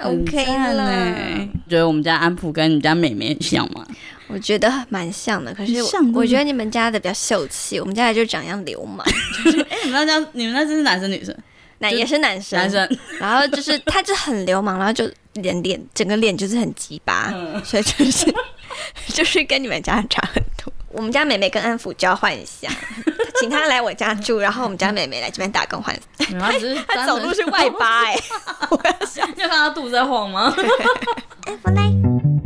OK 了。 觉得我们家安普跟你们家妹妹很像吗？ 我觉得蛮像的，可是我觉得你们家的比较秀气，我们家的就长样流氓。 你们那只是男生女生？ 也是男生，然后就是他就很流氓，然后就整个脸就是很鸡巴，所以就是跟你们家差很多。我们家妹妹跟安福交换一下，请她来我家住，然后我们家妹妹来这边打工换。她走路是外八我要想， 要看她肚子在晃吗？ 安福来。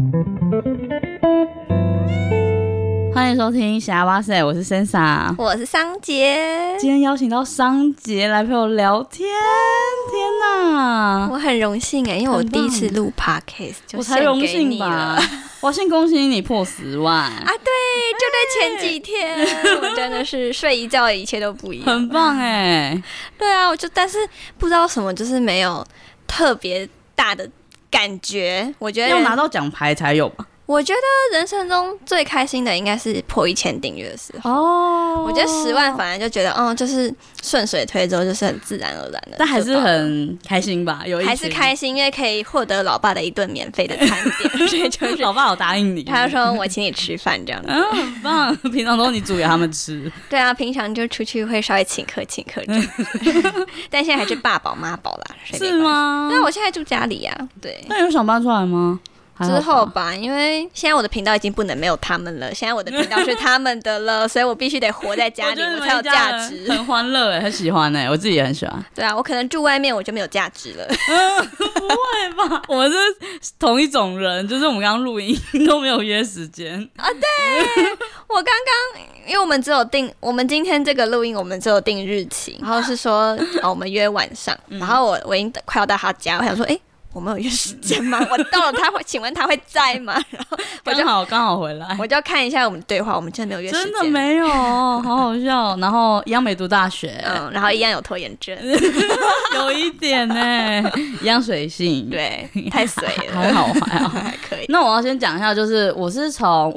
欢迎收听霞哇塞，我是 Sensa， 我是桑杰。 今天邀请到桑杰来陪我聊天，天哪， 我很荣幸因为我第一次录 podcast， 就献给你了。 我先恭喜你破10万啊！ 对，就在前几天，我真的是睡一觉，一切都不一样， 很棒哎。 对啊，但是不知道什么，就是没有特别大的感觉。我觉得要拿到奖牌才有吧。 我觉得人生中最开心的应该是破1000订阅的时候。我觉得10万反而就觉得就是顺水推舟，就是很自然而然的。 但还是很开心吧，还是开心，因为可以获得老爸的一顿免费的餐点，所以就是老爸有答应你， 他说我请你吃饭这样子。 很棒，平常都你煮给他们吃。 对啊，平常就出去会稍微请客但现在还是爸宝妈宝啦。 是吗？ 对啊，我现在住家里啊。对， 那有想搬出来吗？ 之后吧，因为现在我的频道已经不能没有他们了，现在我的频道是他们的了，所以我必须得活在家里，我才有价值。 很欢乐很喜欢我自己也很喜欢。 对啊，我可能住外面我就没有价值了。 不会吧？我们是同一种人，就是我们刚刚录音都没有约时间啊。对，我刚刚因为我们今天这个录音我们只有定日期，然后是说我们约晚上，然后我已经快要到他家，我想说我们有约时间吗？我到了请问他会在吗？然后我刚好回来， 我就看一下我们对话，我们真的没有约时间， 真的没有，好好笑。然后一样没读大学， 然后一样有拖延症， 有一点一样随性， 对，太随了， 还好还可以。 那我要先讲一下，就是我就是从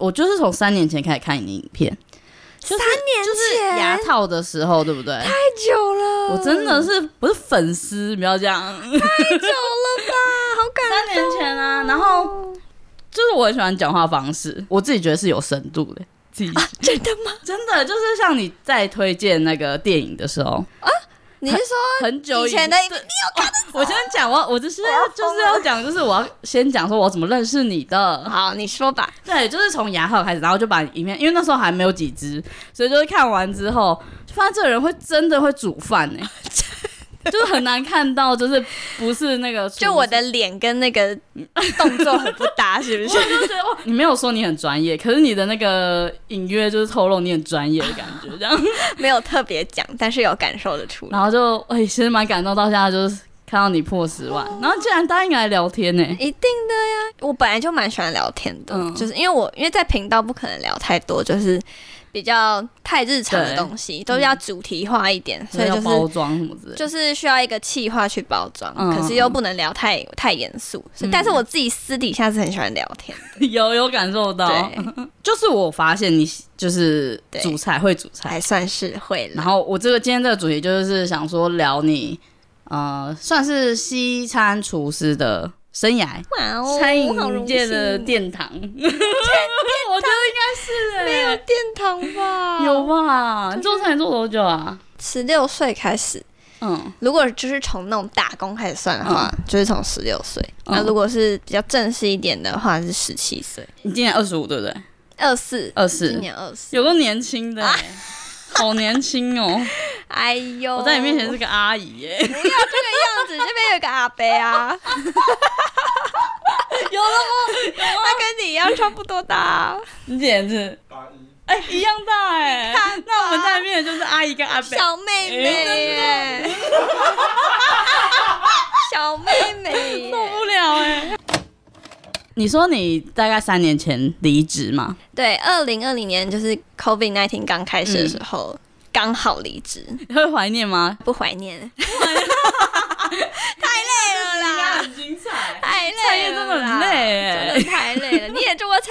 3年前开始看你的影片。3 年前就是牙套的时候，对不对？ 太久了， 我真的是不是粉丝，不要这样。 太久了吧，好感动。 3年前啊，然后就是我很喜欢讲话方式，我自己觉得是有深度的。 真的吗？ 真的就是像你在推荐那个电影的时候啊。 你是说很久以前的你有看？ 我先讲，我就是要讲，就是我要先讲说我怎么认识你的。 好，你说吧。 对，就是从牙套开始，然后就把影片，因为那时候还没有几支，所以就是看完之后，就发现这个人真的会煮饭就是很难看到，就是不是那个， 就我的脸跟那个动作很不搭，是不是？ 我就觉得你没有说你很专业，可是你的那个隐约就是透露你很专业的感觉，这样没有特别讲，但是有感受得出来。 然后就其实蛮感动，到现在就是看到你破10万，然后竟然答应来聊天一定的呀！我本来就蛮喜欢聊天的，就是因为在频道不可能聊太多，就是比较太日常的东西，都要主题化一点，所以就是包装什么之类的， 就是需要一个企划去包装，可是又不能聊太严肃。但是我自己私底下是很喜欢聊天的， 有感受到。就是我发现你就是煮菜会煮菜， 还算是会了。 然后我今天这个主题就是想说聊你算是西餐厨师的生涯，餐饮界的殿堂。我觉得应该是没有殿堂吧？ 有吧？你做餐饮做多久啊 ？16岁开始。如果就是从那种打工开始算的话，就是从16岁。那如果是比较正式一点的话，是17岁。 你今年25对不对？24， 今年24， 有个年轻的好年轻哦！ 哎呦， 我在你面前是个阿姨耶！ 不要这个样子，这边有个阿伯啊。有了吗？他跟你一样差不多大。 你几年是81？一样大那我们在面前就是阿姨跟阿伯， 小妹妹耶，小妹妹受不了你说你大概3年前离职吗？ 对，2020年就是 COVID-19 刚开始的时候，刚好离职。 你会怀念吗？ 不怀念，太累了啦， 很精彩， 太累了啦， 菜叶真的很累真的太累了。你也做过菜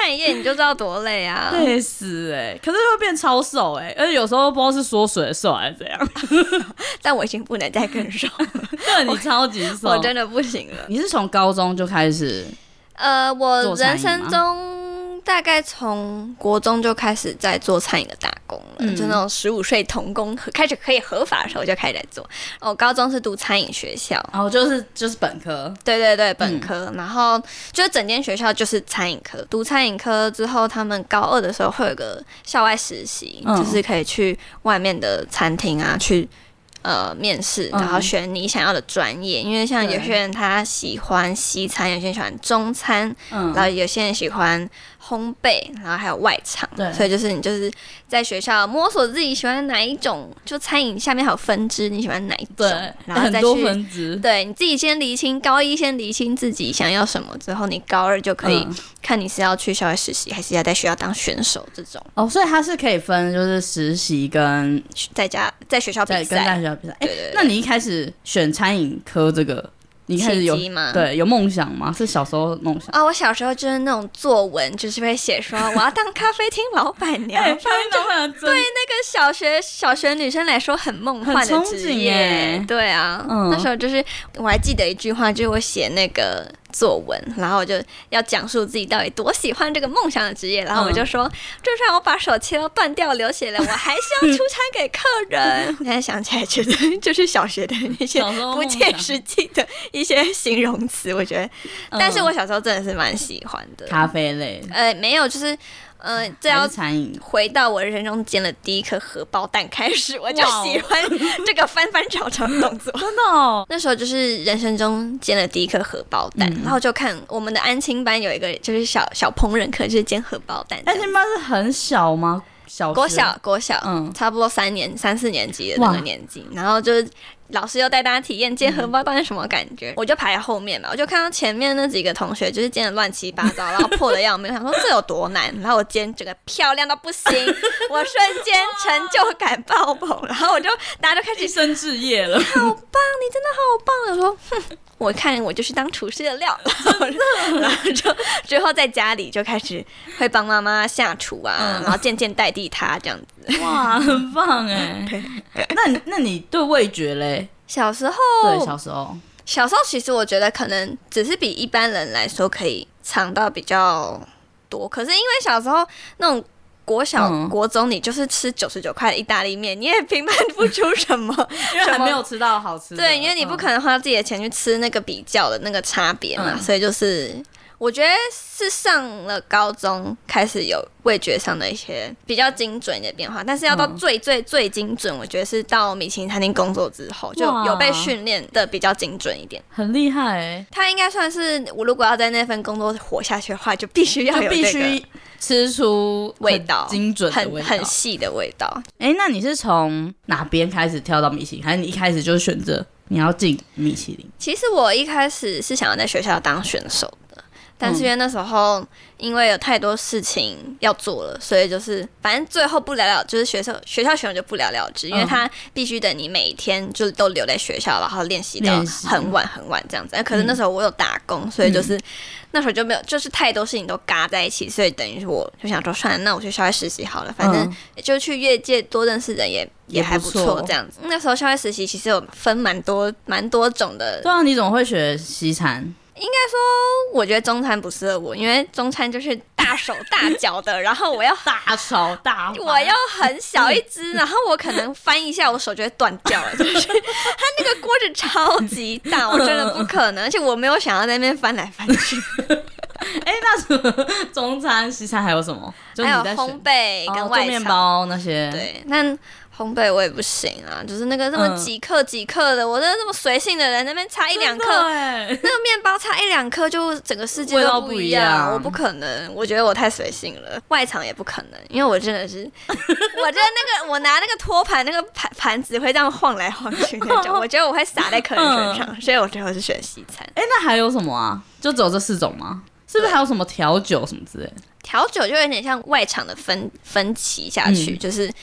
餐饮业你就知道多累啊， 累死可是会变超瘦而且有时候不知道是缩水的瘦还是怎样。 但我已经不能再更瘦了。 对，你超级瘦， 我真的不行了。 你是从高中就开始？ 我人生中大概从国中就开始在做餐饮的打工了，就那种15岁童工开始可以合法的时候就开始在做。我高中是读餐饮学校， 就是本科， 对本科，然后就整间学校就是餐饮科。读餐饮科之后，他们高2的时候会有个校外实习，就是可以去外面的餐厅啊去。面试，然后选你想要的专业，因为像有些人他喜欢西餐，有些人喜欢中餐，然后有些人喜欢烘焙，然后还有外场，所以就是你就是在学校摸索自己喜欢哪一种，就餐饮下面还有分支，你喜欢哪一种，然后再去很多分支， 对，你自己先厘清，高1先厘清自己想要什么，之后你高2就可以看你是要去校外实习，还是要在学校当选手这种。 所以它是可以分，就是实习跟在学校比赛， 跟在学校比赛。 对， 那你一开始选餐饮科这个，你开始有梦想吗？是小时候的梦想我小时候就是那种作文，就是会写说我要当咖啡厅老板娘。 咖啡厅老板娘对那个小学女生来说很梦幻的职业，对啊，那时候就是我还记得一句话，就是我写那个作文，然后我就要讲述自己到底多喜欢这个梦想的职业，然后我就说，就算我把手切到断掉流血了，我还是要出餐给客人。现在想起来觉得就是小学的一些不切实际的一些形容词，我觉得，但是我小时候真的是蛮喜欢的。 咖啡类？ 没有，就是这要回到我人生中煎了第一颗荷包蛋开始，我就喜欢这个翻翻炒炒的动作。 真的哦， 那时候就是人生中煎了第一颗荷包蛋，然后就看我们的安亲班有一个就是小烹饪课，就是煎荷包蛋。 安亲班是很小吗？ 国小，差不多3、4年级的那个年纪，然后就是老师又带大家体验煎荷包蛋是什么感觉，我就排在后面嘛，我就看到前面那几个同学就是煎的乱七八糟，然后破的要命，我想说这有多难，然后我煎整个漂亮到不行，我瞬间成就感爆棚，然后大家就开始一生志业了， 好棒，你真的好棒！我说，我看我就是当厨师的料，然后就之后在家里就开始会帮妈妈下厨啊，然后渐渐代替她这样子。 哇，很棒那你对味觉嘞？ 小时候其实我觉得可能只是比一般人来说可以尝到比较多，可是因为小时候那种国小、国中，你就是吃99块的意大利面，你也评判不出什么， 因为还没有吃到好吃的。 对，因为你不可能花自己的钱去吃那个比较的那个差别嘛，所以就是我觉得是上了高中开始有味觉上的一些比较精准的变化，但是要到最精准，我觉得是到米其林餐厅工作之后就有被训练的比较精准一点， 很厉害他应该算是我如果要在那份工作活下去的话，就必须要有这个吃出味道， 精准的味道， 很细的味道。 那你是从哪边开始跳到米其林，还是你一开始就选择你要进米其林？ 其实我一开始是想要在学校当选手的，但是因为那时候因为有太多事情要做了，所以就是反正最后不了了，就是学校选就不了了之，因为他必须等你每一天就都留在学校，然后练习到很晚这样子。可是那时候我有打工，所以就是那时候就没有，就是太多事情都嘎在一起，所以等于我就想说，算了，那我去校外实习好了，反正就去业界多认识人也还不错这样子。那时候校外实习其实有分蛮多种的。 对啊，你怎么会学西餐？ 应该说，我觉得中餐不适合我，因为中餐就是大手大脚的，然后我要大手大脚， 我要很小一只，然后我可能翻一下，我手就会断掉了。就是它那个锅子超级大，我真的不可能，而且我没有想要在那边翻来翻去。 那除了中餐、西餐还有什么？ 还有烘焙跟外场、 面包那些。 对，但烘焙我也不行啊，就是那个这么几克的，我真的这么随性的人，那边差1、2克，那个面包差1、2克，就整个世界都不一样。我不可能，我觉得我太随性了。外场也不可能，因为我真的是，我拿那个托盘，那个盘子会这样晃来晃去那种，我觉得我会洒在客人身上，所以我最后是选西餐。 那还有什么啊？就只有这4种吗？是不是还有什么调酒什么之类的？ 调酒就有点像外场的分歧下去，就是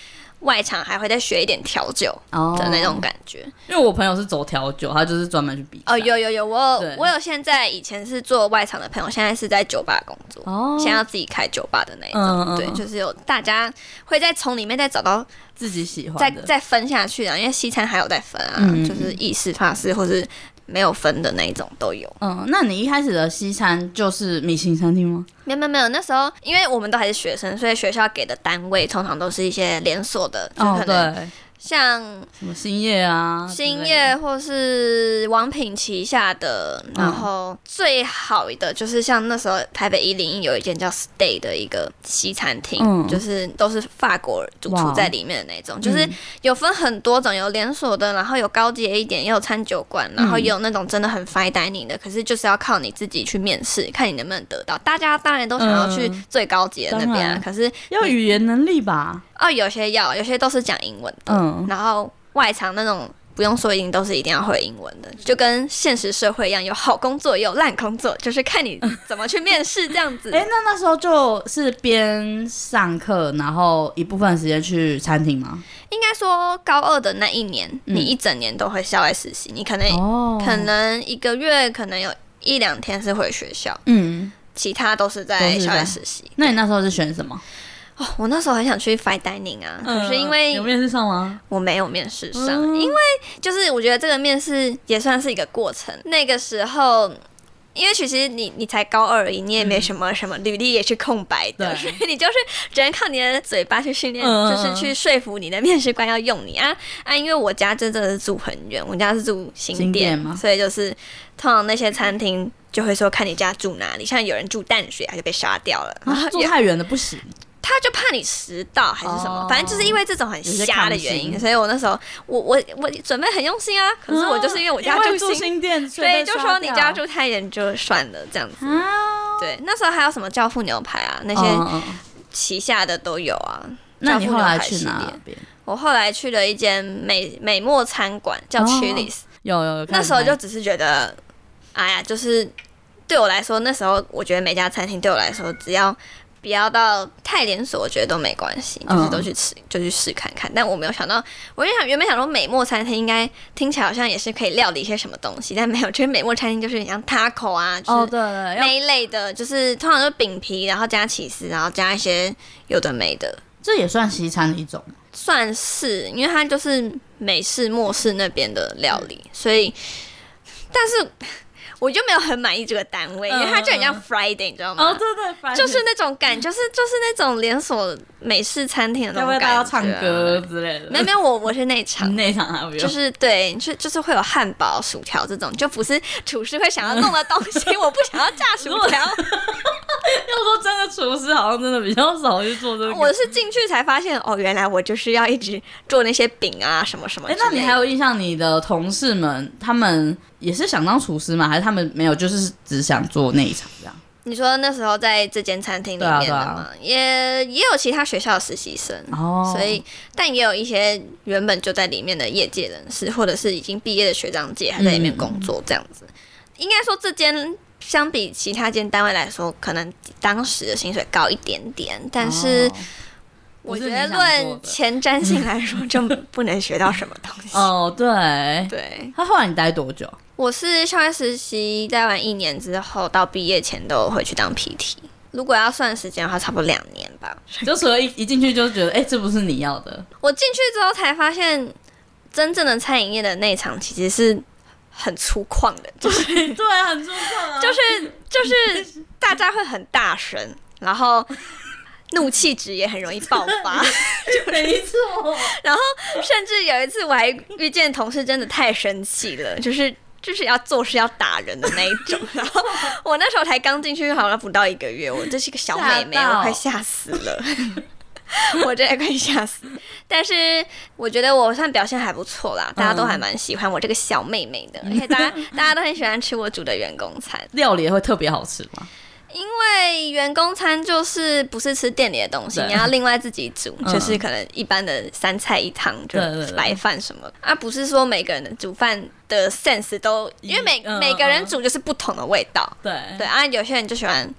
外场还会再学一点调酒的那种感觉。 因为我朋友是走调酒，他就是专门去比赛。 有，我有现在以前是做外场的朋友，现在是在酒吧工作，现在要自己开酒吧的那一种。对，就是有大家会再从里面再找到自己喜欢的， 再分下去啊。因为西餐还有在分啊，就是意式、法式或是没有分的那一种都有。 那你一开始的西餐就是米其林餐厅吗？ 没有，那时候因为我们都还是学生，所以学校给的单位通常都是一些连锁的，就可能像什么兴业啊， 兴业或是王品旗下的，然后最好的就是像那时候台北101有一间叫 Stay 的一个西餐厅，就是都是法国主厨在里面的那种，就是有分很多种，有连锁的，然后有高阶一点，也有餐酒馆，然后也有那种真的很 fine dining 的，可是就是要靠你自己去面试，看你能不能得到。大家当然都想要去最高级的那边，可是要语言能力吧？ 有些都是讲英文的，然后外场那种不用说，一定要会英文的，就跟现实社会一样，有好工作也有烂工作，就是看你怎么去面试这样子。 那时候就是边上课，然后一部分时间去餐厅吗？ 应该说高2的那一年，你一整年都会校外实习，你可能一个月可能有1-2天是回学校，其他都是在校外实习。 那你那时候是选什么？ 我那时候很想去 fine dining 啊，可是因为有面试上吗？ 我没有面试上，因为就是我觉得这个面试也算是一个过程。那个时候，因为其实你才高2而已，你也没什么履历也是空白的，所以你就是只能靠你的嘴巴去训练，就是去说服你的面试官要用你啊。因为我家真的是住很远，我家是住新店嘛，所以就是通常那些餐厅就会说看你家住哪里，像有人住淡水，他就被杀掉了， 住太远了不行。 他就怕你迟到还是什么，反正就是因为这种很瞎的原因，所以我那时候我准备很用心啊，可是我就是因为我家住新店，所以就说你家住太远就算了这样子。对，那时候还有什么教父牛排啊，那些旗下的都有啊。 那你后来去哪边？ 我后来去了一间美墨餐馆叫 Chili's， 有。 那时候就只是觉得，就是对我来说，那时候我觉得每家餐厅对我来说，只要不要到太连锁，我觉得都没关系，就是都去吃，就去试看看。但我没有想到，原本想说美墨餐厅应该听起来好像也是可以料理一些什么东西，但没有，就是美墨餐厅就是像 taco 啊，就是那一类的，就是通常就饼皮，然后加起司，然后加一些有的没的。 这也算西餐的一种， 算是，因为它就是美式、墨式那边的料理，所以，但是我就没有很满意这个单位，因为它就很像 Friday， 你知道吗？ 对， 就是那种感，就是那种连锁美式餐厅的那种感觉， 要唱歌之类的。 没有，我是内场， 内场还有， 就是对，就是会有汉堡、薯条这种，就不是厨师会想要弄的东西。我不想要炸薯条。 要说真的，厨师好像真的比较少去做这个。 我是进去才发现，原来我就是要一直做那些饼啊，什么什么。 那你还有印象，你的同事们他们也是想当厨师吗？还是他们没有，就是只想做那一场这样？ 你说那时候在这间餐厅里面的吗？也有其他学校的实习生，所以但也有一些原本就在里面的业界人士，或者是已经毕业的学长姐还在里面工作这样子。应该说这间相比其他间单位来说，可能当时的薪水高一点点，但是我觉得论前瞻性来说，就不能学到什么东西。 对。他后来你待多久？ 我是校外实习待完1年之后，到毕业前都回去当 PT。如果要算时间的话，差不多2年吧。 就除了一进去就觉得，这不是你要的。 我进去之后才发现，真正的餐饮业的内场其实是很粗犷的，就是对，很粗犷啊， 就是大家会很大声，然后怒气值也很容易爆发， 没错。 然后甚至有一次我还遇见同事真的太生气了，就是要做事要打人的那一种。然后我那时候才刚进去，好像不到1个月，我这是一个小妹妹，我快吓死了。我真的快吓死，但是我觉得我算表现还不错啦，大家都还蛮喜欢我这个小妹妹的，而且大家都很喜欢吃我煮的员工餐。 料理也会特别好吃吗？ 因为员工餐就是不是吃店里的东西，你要另外自己煮，就是可能一般的3菜1汤就白饭什么的，不是说每个人的煮饭的 sense 都，因为每个人煮就是不同的味道。对有些人就喜欢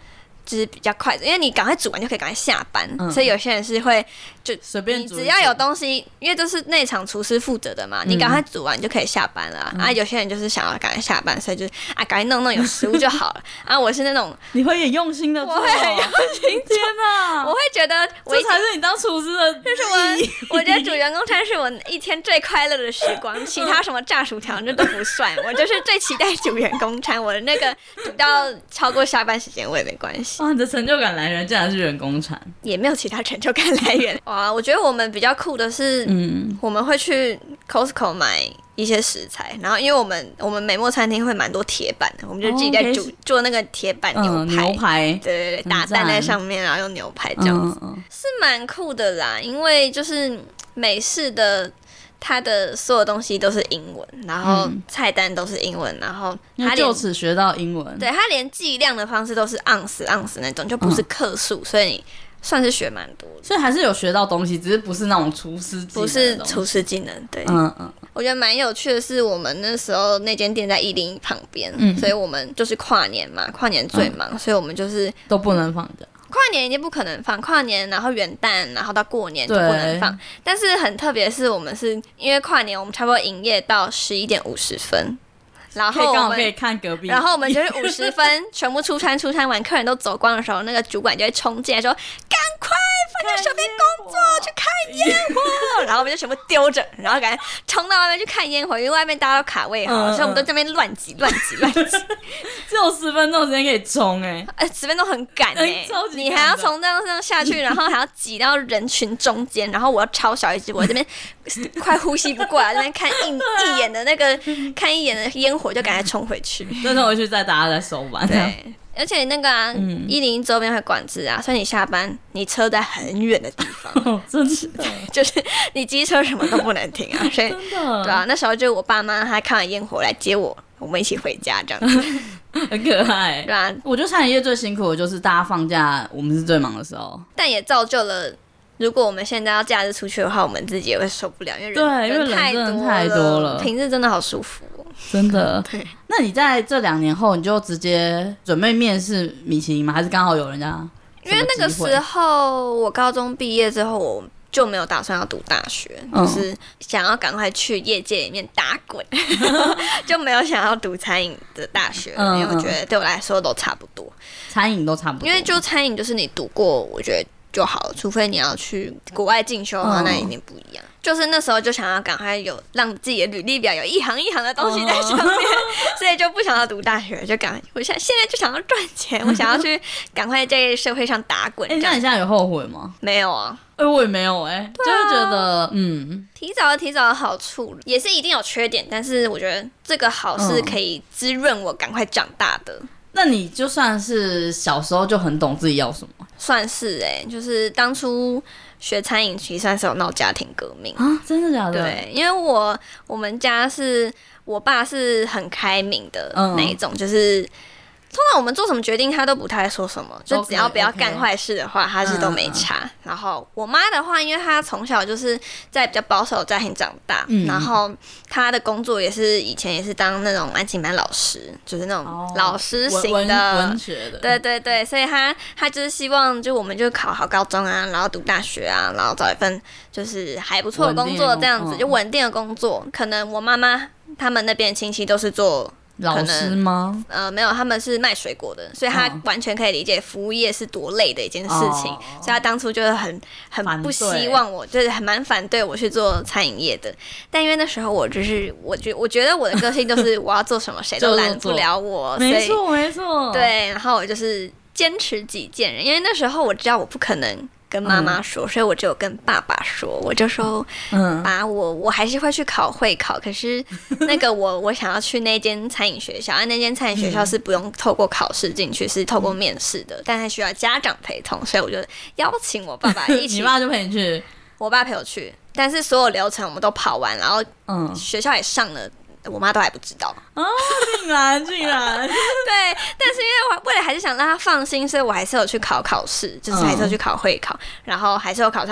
就是比较快的，因为你赶快煮完就可以赶快下班，所以有些人是会就随便煮， 你只要有东西，因为这是内场厨师负责的嘛，你赶快煮完就可以下班了啊。有些人就是想要赶快下班，所以就是赶快弄有食物就好了啊。我是那种你会很用心的做， 我会很用心， 天哪！ 我会觉得这才是你当厨师的， 就是我觉得煮员工餐是我一天最快乐的时光，其他什么炸薯条那都不算，我就是最期待煮员工餐，我的那个煮到超过下班时间我也没关系。 哇，你的成就感来源竟然是员工餐， 也没有其他成就感来源。哇，我觉得我们比较酷的是，我们会去 Costco 买一些食材，然后因为我们美墨餐厅会蛮多铁板的，我们就自己在做那个铁板牛排，对，打蛋在上面，然后用牛排这样子，是蛮酷的啦。因为就是美式的。它的所有东西都是英文，然后菜单都是英文，然后它就此学到英文。 对，它连计量的方式都是盎司那种，就不是克数，所以你算是学蛮多的。 所以还是有学到东西，只是不是那种厨师技能， 不是厨师技能。对，我觉得蛮有趣的是，我们那时候那间店在101旁边，所以我们就是跨年嘛，跨年最忙，所以我们就是都不能放假。 跨年已经不可能放，跨年然后元旦然后到过年就不能放。但是很特别的是，我们是因为跨年我们差不多营业到11点50分，然后刚好可以看隔壁， 然后我们就是50分全部出餐完，客人都走光的时候，那个主管就会冲进来说：“赶快放下手边工作去看烟火！”然后我们就全部丢着，然后赶快冲到外面去看烟火，因为外面大家都卡位好，所以我们都在那边乱挤。 只有10分钟时间可以冲 10分钟很赶你还要从这样下去，然后还要挤到人群中间，然后我要超小一只，我这边快呼吸不过来，这边看一眼的烟火就赶快冲回去， 真的回去再大家再收班。 对。而且那个101周边会管制啊，所以你下班你车在很远的地方， 真的就是你机车什么都不能停啊，所以对啊，那时候就我爸妈还看完烟火来接我们一起回家这样子， 很可爱。 对啊， 我觉得餐饮业最辛苦的就是大家放假，我们是最忙的时候， 但也造就了。如果我们现在要假日出去的话，我们自己也会受不了，因为人太多了，平日真的好舒服真的。对，那你在这2年后，你就直接准备面试米其林吗？还是刚好有人家？ 因为那个时候我高中毕业之后，我就没有打算要读大学，就是想要赶快去业界里面打滚，就没有想要读餐饮的大学，因为我觉得对我来说都差不多， 餐饮都差不多。 因为就餐饮就是你读过，我觉得就好了，除非你要去国外进修的话，那一定不一样。就是那时候就想要赶快有让自己的履历表有一行一行的东西在上面，所以就不想要读大学，就赶快我现在就想要赚钱，我想要去赶快在社会上打滚。 那你现在有后悔吗？ 没有啊， 我也没有就是觉得提早的好处也是一定有缺点，但是我觉得这个好是可以滋润我赶快长大的。 那你就算是小时候就很懂自己要什么？ 算是就是当初学餐饮其实算是有闹家庭革命啊，真的假的？ 对，因为我们家是我爸是很开明的那一种，就是通常我们做什么决定他都不太说什么，就只要不要干坏事的话，他是都没差。然后我妈的话，因为她从小就是在比较保守的家庭长大，然后她的工作也是以前也是当那种安亲班老师，就是那种老师型的文学的， 对对对，所以她就是希望就我们就考好高中啊，然后读大学啊，然后找一份就是还不错的工作，这样子就稳定的工作。可能我妈妈他们那边亲戚都是做老师吗？ 没有，他们是卖水果的，所以他完全可以理解服务业是多累的一件事情，所以他当初就是很不希望我，就是很蛮反对我去做餐饮业的。但因为那时候我就是我觉得我的个性就是我要做什么谁都拦不了我， 没错没错， 对，然后我就是坚持己见人，因为那时候我知道我不可能跟妈妈说，所以我只有跟爸爸说，我就说，爸，我还是会去考会考，可是那个我想要去那间餐饮学校，那间餐饮学校是不用透过考试进去，是透过面试的，但还需要家长陪同，所以我就邀请我爸爸一起， 你爸就陪你去， 我爸陪我去，但是所有流程我们都跑完，然后学校也上了。我妈都还不知道竟然对， 但是因为为了还是想让她放心，所以我还是有去考试，就是还是有去考会考，然后还是有考上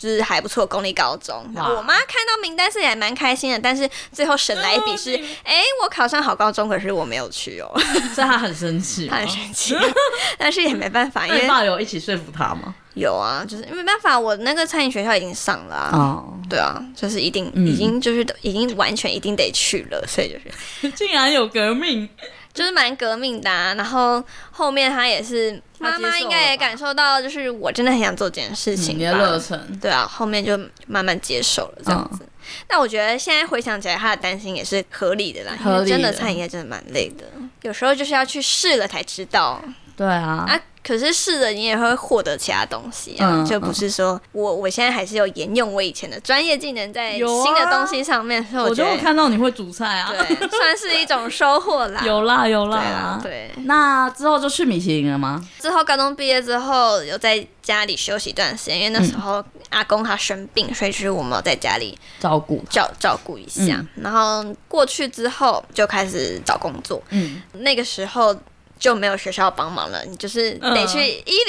就是还不错公立高中。然后我妈看到名单是也蛮开心的，但是最后省来一笔是，我考上好高中，可是我没有去哦， 所以她很生气， 她很生气，但是也没办法，因为你爸有一起说服她吗？ 有啊，就是没办法，我那个餐饮学校已经上了啊，对啊，就是已经完全一定得去了，所以就是竟然有革命。 就是蛮革命的啊，然后后面他也是妈妈应该也感受到，就是我真的很想做这件事情吧， 你的热忱， 对啊，后面就慢慢接受了这样子。但我觉得现在回想起来，他的担心也是合理的啦，因为真的餐饮业真的蛮累的，有时候就是要去试了才知道。 对啊， 可是试了你也会获得其他东西啊，就不是说我现在还是有沿用我以前的专业技能在新的东西上面，所以我觉得我看到你会煮菜啊， 对，算是一种收获啦。 有啦， 对。 那之后就去米其林了吗？ 之后高中毕业之后有在家里休息一段时间，因为那时候阿公他生病，所以就是我们有在家里照顾一下。然后过去之后就开始找工作，那个时候就没有学校帮忙了，你就是得去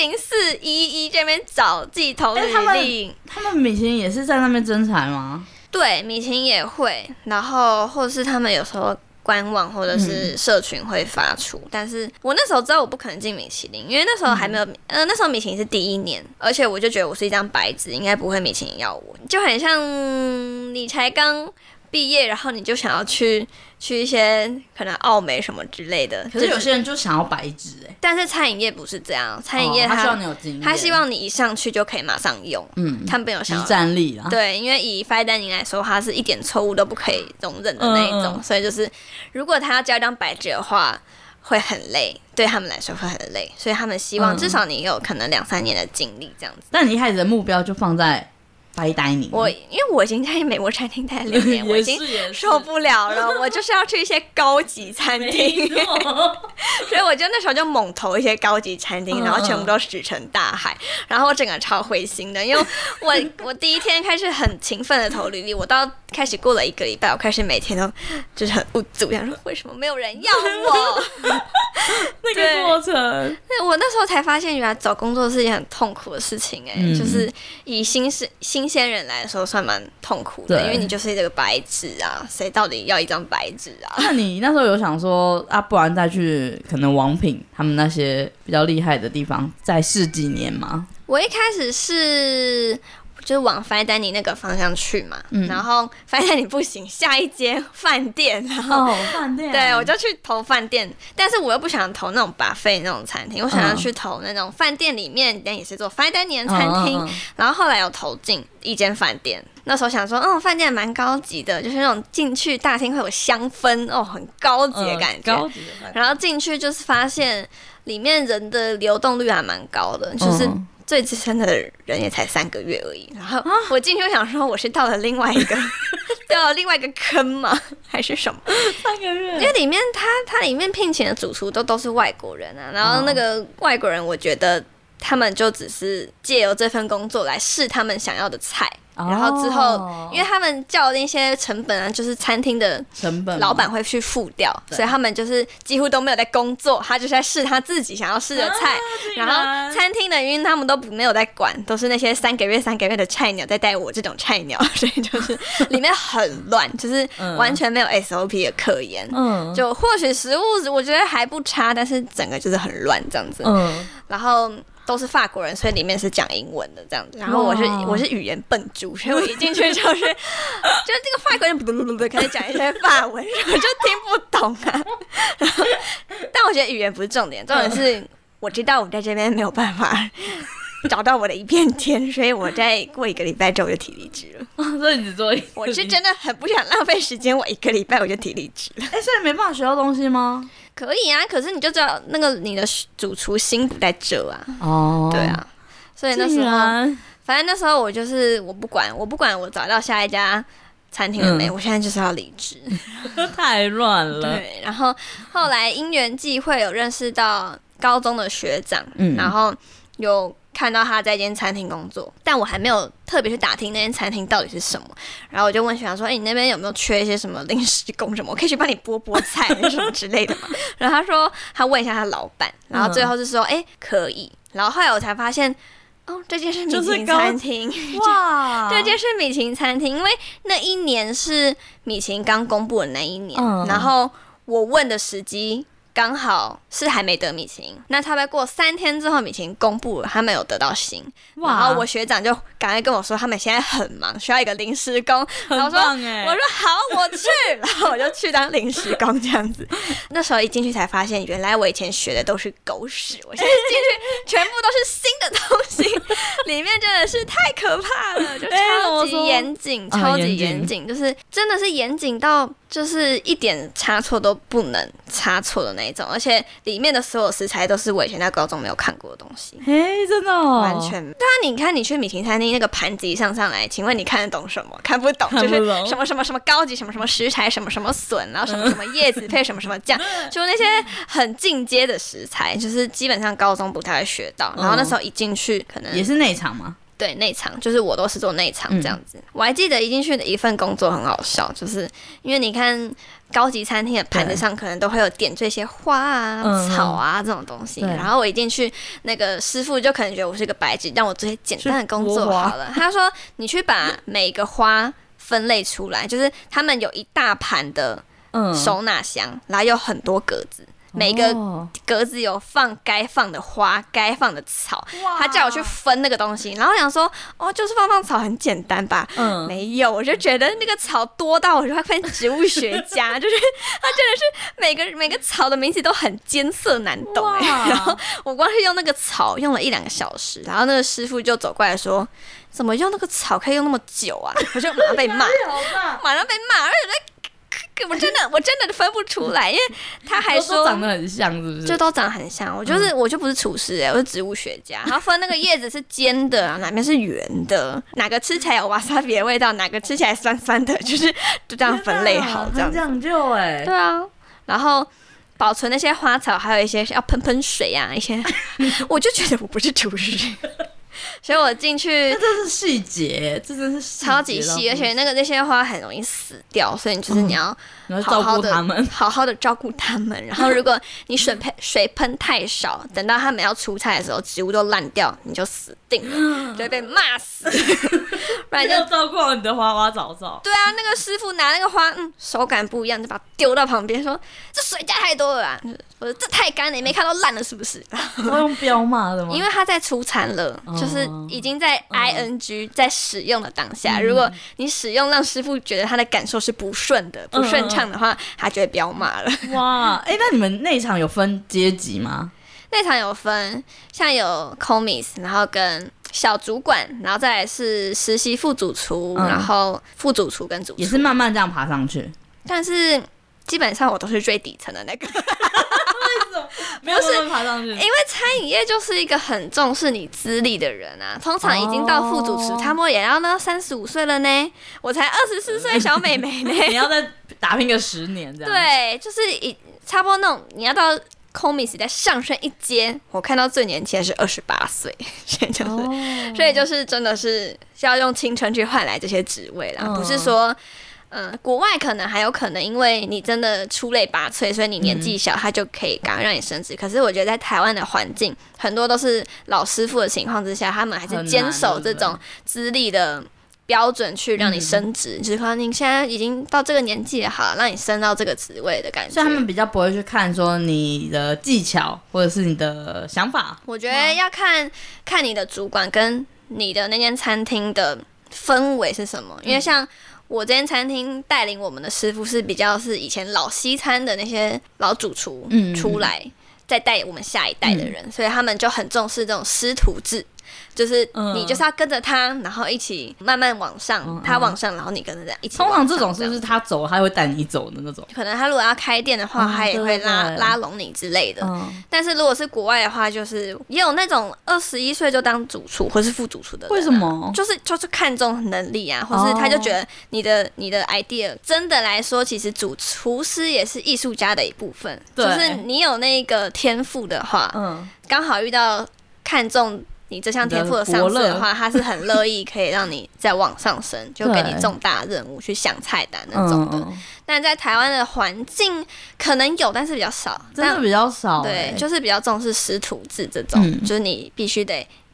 10411这边找，自己投履历。 他们米其林也是在那边征才吗？ 对，米其林也会，然后或者是他们有时候官网或者是社群会发出，但是我那时候知道我不可能进米其林，因为那时候还没有，那时候米其林是第1年，而且我就觉得我是一张白纸，应该不会米其林要我，就很像你才刚毕业，然后你就想要去一些可能奥美什么之类的。 可是有些人就想要白纸但是餐饮业不是这样，餐饮业他希望你有经验， 他希望你一上去就可以马上用，他没有想要即战力啦。 对，因为以 fine dining 来说，他是一点错误都不可以容忍的那一种，所以就是如果他要交一张白纸的话，会很累，对他们来说会很累，所以他们希望至少你有可能2-3年的经历这样子。 但你一开始的目标就放在fine dining， 因为我已经在美国餐厅待了6年，我已经受不了了，我就是要去一些高级餐厅，所以我就那时候就猛投一些高级餐厅，然后全部都石沉大海，然后我整个超灰心的，因为我第一天开始很勤奋的投履历，我到开始过了1个礼拜，我开始每天都就是很无助，想说为什么没有人要我？ 那个过程， 对，我那时候才发现，原来找工作是一件很痛苦的事情就是以新鲜人来说算蛮痛苦的，因为你就是这个白纸啊，谁到底要一张白纸啊？ 那你那时候有想说啊，不然再去可能王品他们那些比较厉害的地方再试几年吗？ 我一开始是就是往 fine dining 那个方向去嘛，然后 fine dining 不行，下一间饭店，然后饭店， 对，我就去投饭店，但是我又不想投那种 buffet 那种餐厅，我想要去投那种饭店里面但也是做 fine dining 的餐厅，然后后来有投进一间饭店，那时候想说，饭店蛮高级的，就是那种进去大厅会有香氛很高级的感觉，然后进去就是发现里面人的流动率还蛮高的，就是最资深的人也才3个月而已，然后我进去我想说我是到了另外一个坑吗？还是什么 ？3个月？ 因为里面他里面聘请的主厨都是外国人啊，然后那个外国人我觉得他们就只是借由这份工作来试他们想要的菜。然后之后因为他们叫的那些成本啊，就是餐厅的成本老板会去付掉，所以他们就是几乎都没有在工作，他就是在试他自己想要试的菜，然后餐厅的因为他们都没有在管，都是那些3个月的菜鸟在带我这种菜鸟，所以就是里面很乱，就是完全没有 SOP 的可言，就或许食物我觉得还不差，但是整个就是很乱这样子，然后都是法国人，所以里面是讲英文的这样子。然后我是语言笨猪，所以我一进去就是这个法国人开始讲一些法文，我就听不懂啊。但我觉得语言不是重点，重点是我知道我在这边没有办法找到我的一片天，所以我在过1个礼拜之后就提离职了。 所以你只做我是真的很不想浪费时间，我1个礼拜我就提离职了。 所以没办法学到东西吗？ 可以啊，可是你就知道那个你的主厨心不在这啊。对啊，所以那时候反正那时候我就是我不管我找到下一家餐厅了没，我现在就是要离职。 太乱了。 对，然后后来因缘际会有认识到高中的学长，然后有看到他在一间餐厅工作，但我还没有特别去打听那间餐厅到底是什么，然后我就问学长说，你那边有没有缺一些什么临时工什么，我可以去帮你剥菜什么之类的嘛。然后他说他问一下他老板，然后最后是说可以，然后后来我才发现哦，这间是米其林餐厅， 哇！ 这间是米其林餐厅，因为那一年是米其林刚公布的那一年，然后我问的时机刚好是还没得米其林，那差不多过3天之后，米其林公布了，他们有得到星，然后我学长就赶快跟我说，他们现在很忙，需要一个临时工，然后我说好，我去，然后我就去当临时工这样子。那时候一进去才发现，原来我以前学的都是狗屎，我现在进去全部都是新的东西，里面真的是太可怕了，就超级严谨，超级严谨，就是真的是严谨到就是一点差错都不能差错的那一种，而且里面的所有食材都是我以前在高中没有看过的东西。 真的哦， 完全对啊！你看你去米其林餐厅那个盘子一上来，请问你看得懂什么？看不懂，就是什么什么什么高级什么什么食材，什么什么笋，然后什么什么叶子配什么什么酱，就那些很进阶的食材，就是基本上高中不太会学到。然后那时候一进去，可能也是内场吗？ 对，内场就是我都是做内场这样子。我还记得一进去的一份工作很好笑，就是因为你看高级餐厅的盘子上可能都会有点缀一些花啊、草啊这种东西，然后我一进去，那个师傅就可能觉得我是个白纸，让我做些简单的工作好了。他说：“你去把每个花分类出来，就是他们有一大盘的收纳箱，然后有很多格子。”每个格子有放该放的花，该放的草，他叫我去分那个东西，然后我想说，就是放草很简单吧？没有，我就觉得那个草多到我就会变植物学家，就是他真的是每个草的名字都很艰涩难懂然后我光是用那个草用了1-2个小时，然后那个师傅就走过来说，怎么用那个草可以用那么久啊？我就马上被骂，马上被骂，而且我真的分不出来，因为他还说都长得很像，是不是？ 就都长得很像。我就不是厨师我是植物学家。然后分那个叶子是尖的，哪边是圆的，哪个吃起来有瓦萨比的味道，哪个吃起来酸酸的，就这样分类好，这样很讲究哎。 对啊，然后保存那些花草，还有一些要喷水啊，一些，我就觉得我不是厨师。所以我进去， 这是细节，这真是超级细，而且那些花很容易死掉，所以你要好好的照顾它们。然后如果你水喷太少，等到他们要出菜的时候，植物都烂掉，你就死定了，就会被骂死。不然就照顾好你的花花草草。 对啊，那个师傅拿那个花，手感不一样，就把它丢到旁边，说这水加太多了啊，我说这太干了，你没看到烂了是不是？ 都用标骂的吗？ 因为他在出餐了，就是已经在 ing 在使用的当下，如果你使用让师傅觉得他的感受是不顺的、不顺畅的话，他就会标骂了。 哇，那你们内场有分阶级吗？ 内场有分，像有 commis， 然后跟小主管，然后再来是实习副主厨，然后副主厨跟主厨， 也是慢慢这样爬上去。 但是基本上我都是最底层的那个。 为什么没有慢慢爬上去？ 因为餐饮业就是一个很重视你资历的人啊，通常已经到副主持，差不多也要到35岁了呢，我才24岁小妹妹呢。 你要再打拼个10年这样。 对，就是差不多那种你要到commis再上升一阶，我看到最年轻的是28岁，所以就是真的是要用青春去换来这些职位啦，不是说。国外可能还有可能，因为你真的出类拔萃，所以你年纪小，他就可以赶快让你升职。可是我觉得在台湾的环境，很多都是老师傅的情况之下，他们还是坚守这种资历的标准去让你升职。就是可能你现在已经到这个年纪了，好，让你升到这个职位的感觉。 所以他们比较不会去看说你的技巧或者是你的想法。 我觉得要看你的主管跟你的那间餐厅的氛围是什么，因为像。我这间餐厅带领我们的师傅是比较是以前老西餐的那些老主厨出来，再带我们下一代的人，所以他们就很重视这种师徒制，就是你就是要跟着他，然后一起慢慢往上，他往上，然后你跟着他一起往上。 通常这种是不是他走，他会带你走的那种？ 可能他如果要开店的话，他也会拉拢你之类的。但是如果是国外的话，就是也有那种21岁就当主厨或是副主厨的人。 为什么？ 就是看重能力啊，或是他就觉得你的 idea 真的来说，其实厨师也是艺术家的一部分。就是你有那个天赋的话，刚好遇到看重。你这项天赋的上司的话，他是很乐意可以让你再往上升，就给你重大任务去想菜单那种的。但在台湾的环境可能有，但是比较少， 真的比较少。 对，就是比较重视师徒制这种，就是你必须得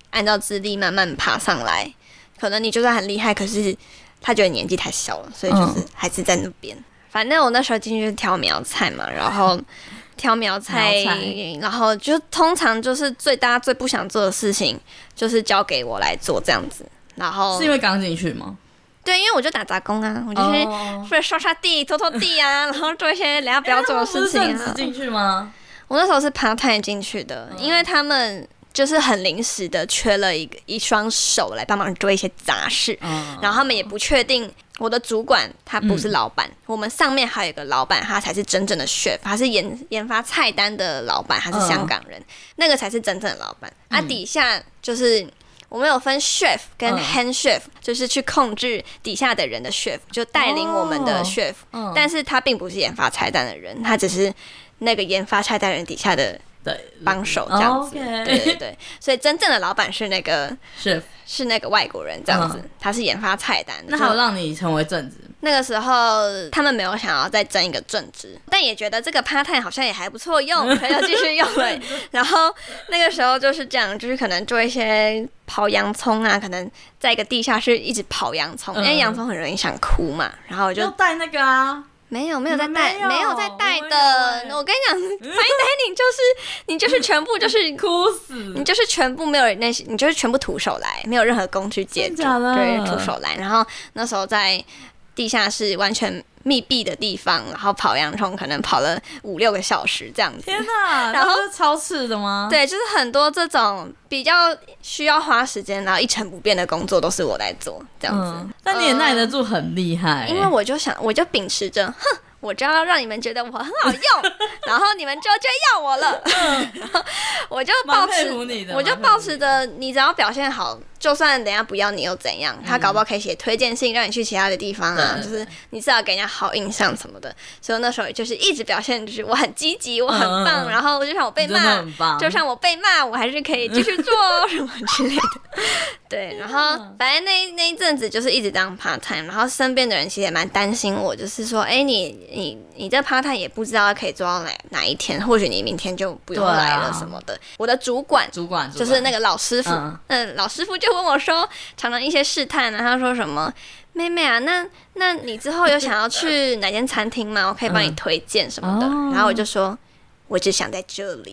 按照资历慢慢爬上来。可能你就算很厉害，可是他觉得年纪太小了，所以就是还是在那边。反正我那时候进去就是挑苗菜嘛，然后挑苗菜，然后就通常就是大家最不想做的事情，就是交给我来做这样子。然后是因为刚进去吗？ 对，因为我就打杂工啊，我就是负责刷刷地、拖拖地啊，然后做一些人家不要做的事情啊。 不是正职进去吗？ 我那时候是 part time 进去的，因为他们就是很临时的缺了一双手来帮忙做一些杂事，然后他们也不确定。我的主管他不是老板，我们上面还有一个老板，他才是真正的 chef， 他是研发菜单的老板，他是香港人，那个才是真正的老板。底下就是我们有分 chef 跟 hand chef， 就是去控制底下的人的 chef， 就带领我们的 chef，但是他并不是研发菜单的人，他只是那个研发菜单人底下的帮手这样子。对，所以真正的老板是那个 chef。是那个外国人这样子，他是研发菜单的。 那还有让你成为正职？ 那个时候他们没有想要再争一个正职，但也觉得这个 part time 好像也还不错用，所以就继续用了。然后那个时候就是这样，就是可能做一些刨洋葱啊，可能在一个地下室一直刨洋葱，因为洋葱很容易想哭嘛。然后我就带那个啊。 没有在带，没有在带的。我跟你讲，fine dining 就是你就是全部就是哭死， 你就是全部没有那些，你就是全部徒手来，没有任何工具借助，对，徒手来。然后那时候在地下室完全密闭的地方，然后跑洋葱，可能跑了5-6个小时这样子。 天哪！然后是超市的吗？ 对，就是很多这种比较需要花时间，然后一成不变的工作都是我在做这样子。 但你也耐得住，很厉害。 因为我就秉持着，我就要让你们觉得我很好用，然后你们就要我了。然后我就抱持着，你只要表现好，就算人家不要你又怎样？他搞不好可以写推荐信让你去其他的地方啊，就是你至少给人家好印象什么的。所以那时候就是一直表现就是我很积极，我很棒。然后就像我被骂，我还是可以继续做什么之类的。对，然后反正那一阵子就是一直当 part time， 然后身边的人其实也蛮担心我，就是说，你这 part time 也不知道可以做到哪一天，或许你明天就不用来了什么的。我的主管就是那个老师傅，老师傅就问我说，常常一些试探啊，他说什么，妹妹啊，那你之后有想要去哪间餐厅吗？我可以帮你推荐什么的。然后我就说，我只想在这里。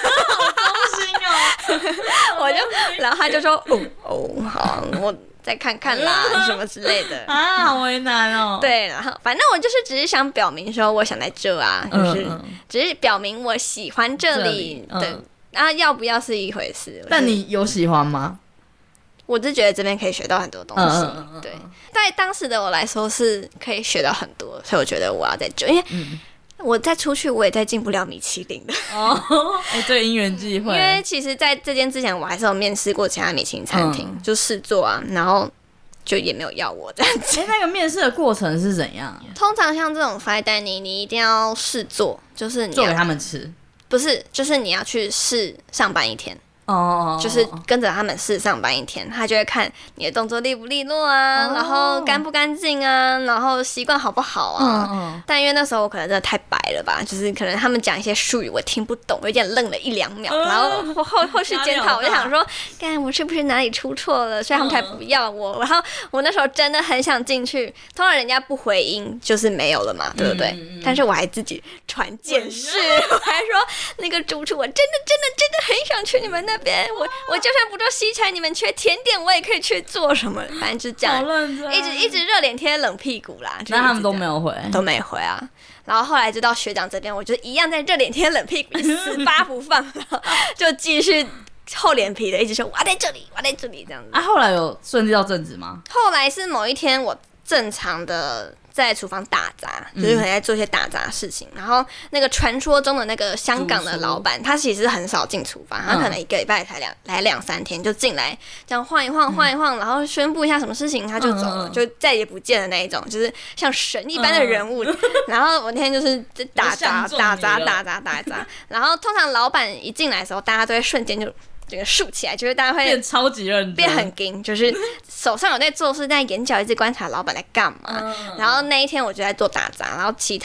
然后他就说好，我再看看啦，什么之类的啊，好为难哦。 对，然后反正我就是只是想表明说，我想在这啊，就是只是表明我喜欢这里。对，然后要不要是一回事。 但你有喜欢吗？ 我是觉得这边可以学到很多东西。对，在当时的我来说是可以学到很多，所以我觉得我要在这，因为我再出去，我也再进不了米其林的。 这个因缘际会。 因为其实在这间之前，我还是有面试过其他米其林餐厅，就试做啊，然后就也没有要我这样子。 那个面试的过程是怎样？ 通常像这种 fine dining， 你一定要试做，就是你做给他们吃， 不是，就是你要去试上班一天。就是跟着他们试上班一天，他就会看你的动作利不利落啊，然后干不干净啊，然后习惯好不好啊。但因为那时候我可能真的太白了吧，就是可能他们讲一些术语我听不懂，有点愣了1-2秒，然后后续检讨，我就想说，干我是不是哪里出错了，所以他们才不要我。然后我那时候真的很想进去，通常人家不回音就是没有了嘛，对不对？但是我还自己传简讯，我还说那个主厨，我真的很想去你们那边，我就算不做西餐，你们缺甜点我也可以去做什么，反正就是这样，一直热脸贴冷屁股啦。 那他们都没有回， 都没回啊。然后后来就到学长这边，我就一样在热脸贴冷屁股，死扒不放，然后就继续厚脸皮的一直说我在这里这样子。 后来有顺利到正职吗？ 后来是某一天我正常的在厨房打杂，就是可能在做一些打杂事情。然后那个传说中的那个香港的老板，他其实很少进厨房，他可能1个礼拜才来2-3天就进来，这样晃一晃，然后宣布一下什么事情他就走了，就再也不见的那一种，就是像神一般的人物。然后我那天就是打杂，然后通常老板一进来的时候，大家都会瞬间就整个竖起来，就是大家会变超级认真， 变很硬，就是手上有在做事，但眼角一直观察老板在干嘛。然后那一天我就在做打杂，然后其他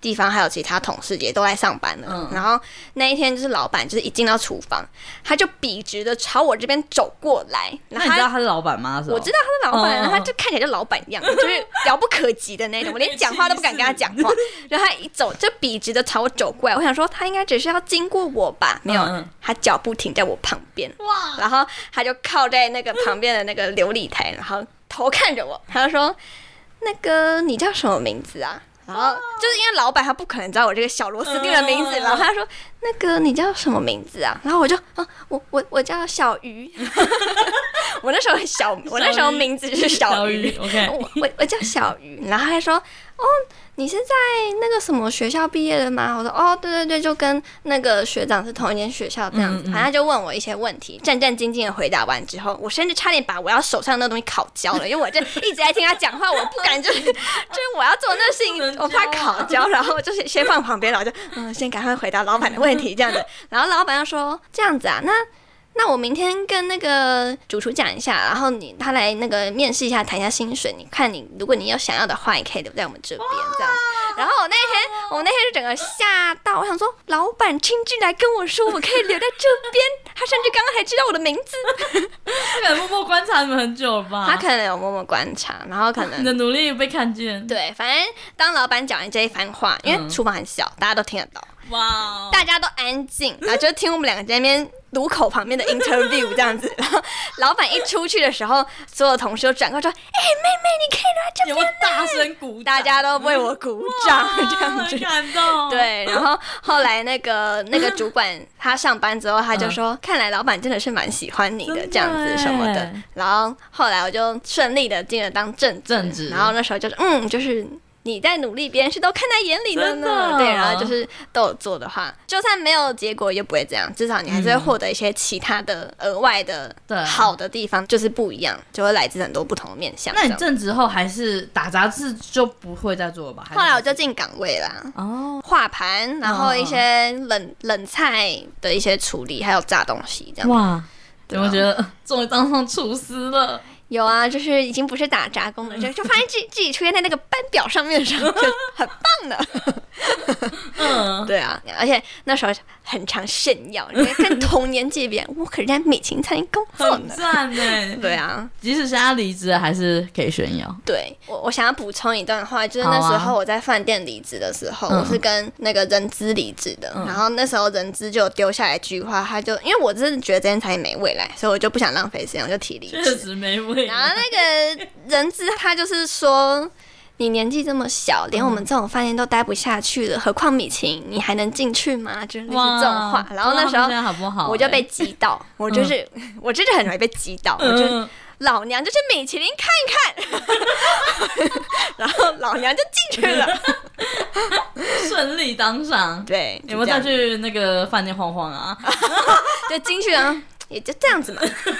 地方还有其他同事也都在上班了。然后那一天就是老板就是一进到厨房，他就笔直的朝我这边走过来。 那你知道他是老板吗？ 我知道他是老板，然后他就看起来就老板一样，就是遥不可及的那种，我连讲话都不敢跟他讲话。然后他一走就笔直的朝我走过来，我想说他应该只是要经过我吧，没有，他脚步停在我旁边，然后他就靠在那个旁边的那个琉璃台，然后头看着我，他就说：“那个你叫什么名字啊？”然后就是因为老板他不可能知道我这个小螺丝钉的名字，然后他说：“那个你叫什么名字啊？”然后我就我叫小鱼。我那时候名字就是小鱼。OK， 我叫小鱼。然后他说：“哦，你是在那个什么学校毕业的吗？”我说：“哦，对对对，就跟那个学长是同一间学校这样子。”反正他就问我一些问题，战战兢兢的回答完之后，我甚至差点把我要手上的那东西烤焦了，因为我就一直在听他讲话，我不敢就是我要做那事情，我怕烤焦，然后我就是先放旁边，然后就先赶快回答老板的问题这样子。然后老板就说：“这样子啊，那我明天跟那个主厨讲一下，然后他来那个面试一下，谈一下薪水。你看如果你有想要的话，也可以留在我们这边这样子。”然后我那天就整个吓到，我想说，老板亲自来跟我说我可以留在这边，他甚至刚刚还知道我的名字。 他可能默默观察你们很久了吧？ 他可能有默默观察，然后可能你的努力被看见。 对，反正当老板讲完这一番话，因为厨房很小，大家都听得到。 哇！ 大家都安静，然后就听我们两个在那边路口旁边的 interview 这样子。然后老板一出去的时候，所有同事都转过说：“哎、妹妹，你可以来这边。” 有没有大声鼓掌？ 大家都为我鼓掌，这样子。 感动。 对，然后后来那个主管他上班之后，他就说：“看来老板真的是蛮喜欢你的这样子什么的。”然后后来我就顺利的进了当正职，然后那时候就是你在努力，别人是都看在眼里的呢。对，然后就是都有做的话，就算没有结果也不会这样，至少你还是会获得一些其他的额外的好的地方，就是不一样，就会来自很多不同的面向。 那你正职后还是打杂志就不会再做了吧？ 后来我就进岗位啦，画盘，然后一些冷菜的一些处理，还有炸东西这样。 哇，对，我觉得终于当上厨师了。 有啊，就是已经不是打杂工了，就发现自己出现在那个班表上面的时候，就很棒的。对啊，而且那时候很常炫耀，因为跟同年级别，我可是在米其林餐厅工作呢， 很赞呢。 对啊， 即使现在离职了，还是可以炫耀。 对，我想要补充一段话，就是那时候我在饭店离职的时候，我是跟那个人资离职的，然后那时候人资就有丢下来一句话，他就因为我真的觉得这间餐厅没未来，所以我就不想浪费时间，我就提离职。 确实没未来。 然后那个人资他就是说，你年纪这么小，连我们这种饭店都待不下去了，何况米其林，你还能进去吗？就是这种话。然后那时候我就被激到，我真的很容易被激到，我就老娘就去米其林看一看，然后老娘就进去了， 顺利当上。 对， 有没有再去那个饭店晃晃啊？ 就进去了，也就这样子嘛。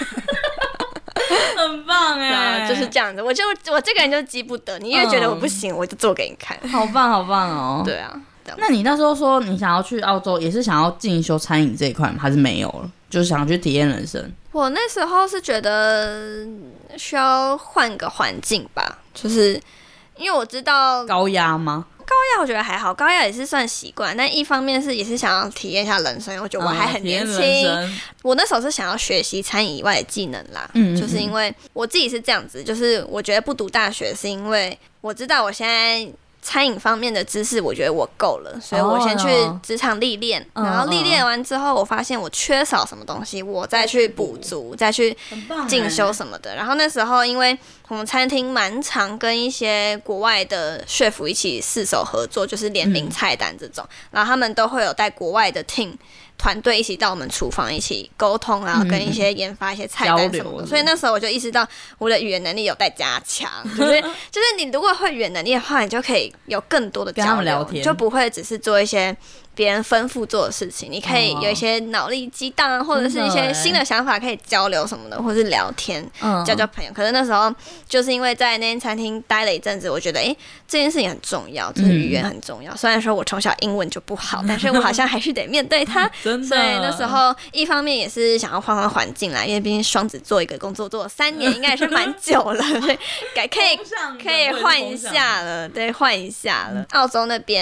很棒哎， 就是这样子。我这个人就急不得，你越觉得我不行，我就做给你看。 好棒，好棒哦！ 对啊， 那你那时候说你想要去澳洲，也是想要进修餐饮这一块吗？还是没有了？就是想去体验人生。 我那时候是觉得需要换个环境吧，就是因为我知道高压吗？ 高压我觉得还好，高压也是算习惯，但一方面是也是想要体验一下人生，我觉得我还很年轻。我那时候是想要学习餐饮以外的技能啦，就是因为我自己是这样子，就是我觉得不读大学是因为我知道我现在餐饮方面的知识我觉得我够了，所以我先去职场历练，然后历练完之后我发现我缺少什么东西，我再去补足，再去进修什么的。然后那时候因为我们餐厅蛮常跟一些国外的 chef 一起四手合作，就是联名菜单这种，然后他们都会有带国外的 team团队一起到我们厨房一起沟通，然后跟一些研发一些菜单什么的。所以那时候我就意识到我的语言能力有待加强，就是你如果会语言能力的话，你就可以有更多的交流，跟他们聊天，就不会只是做一些别人吩咐做的事情，你可以有一些脑力激荡啊，或者是一些新的想法可以交流什么的，或者是聊天交朋友。可是那时候就是因为在那间餐厅待了一阵子，我觉得这件事情很重要，就是语言很重要。虽然说我从小英文就不好，但是我好像还是得面对它。所以那时候一方面也是想要换换环境啦，因为毕竟双子座一个工作做了3年，应该也是蛮久了，所以可以换一下了，对，换一下了。澳洲那边